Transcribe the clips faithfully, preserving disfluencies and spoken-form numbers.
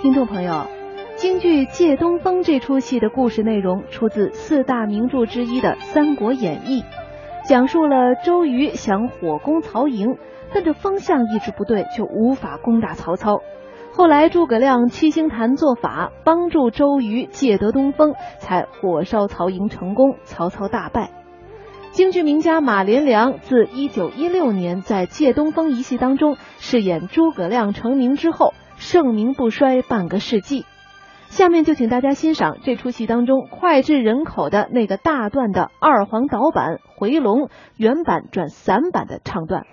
听众朋友，京剧《借东风》这出戏的故事内容出自四大名著之一的《三国演义》，讲述了周瑜想火攻曹营，但这方向一直不对，就无法攻打曹操。后来诸葛亮七星坛做法，帮助周瑜借得东风，才火烧曹营成功，曹操大败。京剧名家马连良自一九一六年在借东风一戏当中饰演诸葛亮成名之后，盛名不衰半个世纪。下面就请大家欣赏这出戏当中脍炙人口的那个大段的二黄导板、回龙、原版转散版的唱段。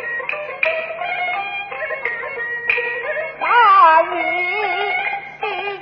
大雨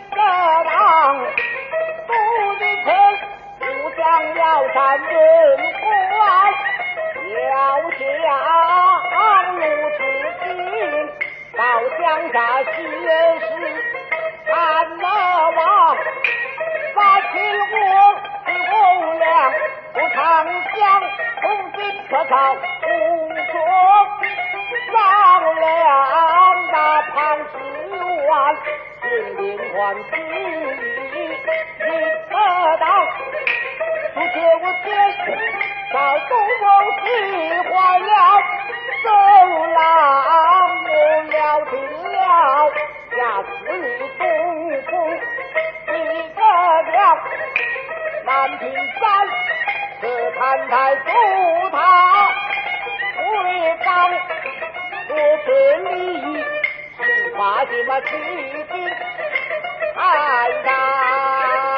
说唱胡说，让两大庞十万，心灵欢喜一得到，除却我先到东风使坏了，周郎我了定了，下次你东风一个了，南屏山是看台助他回港，我这里是发什么起兵太大。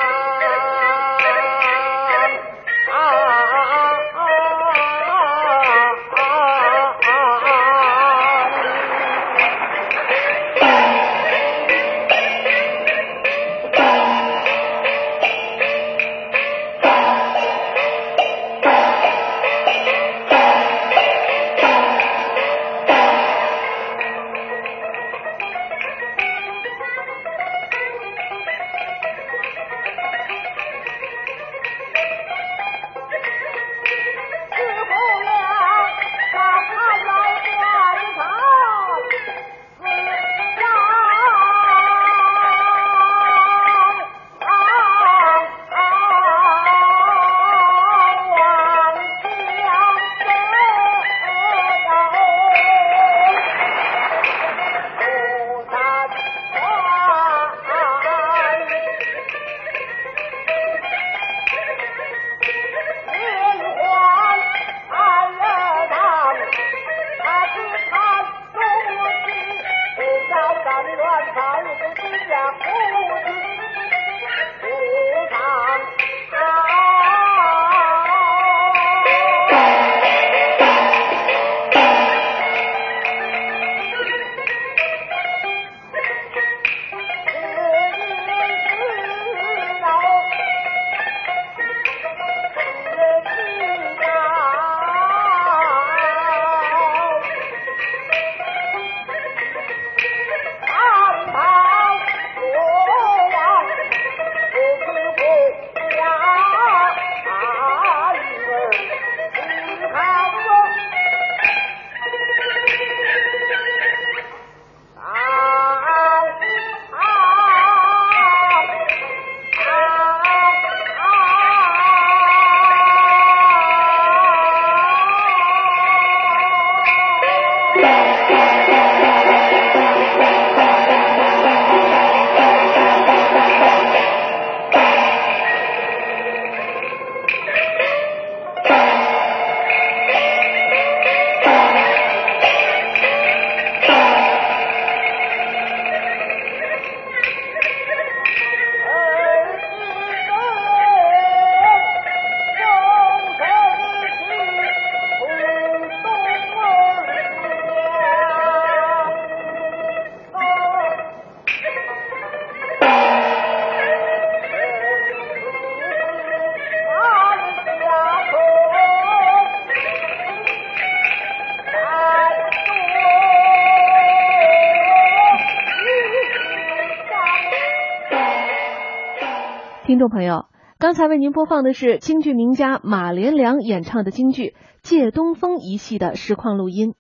听众朋友，刚才为您播放的是京剧名家马连良演唱的京剧《借东风》一戏的实况录音。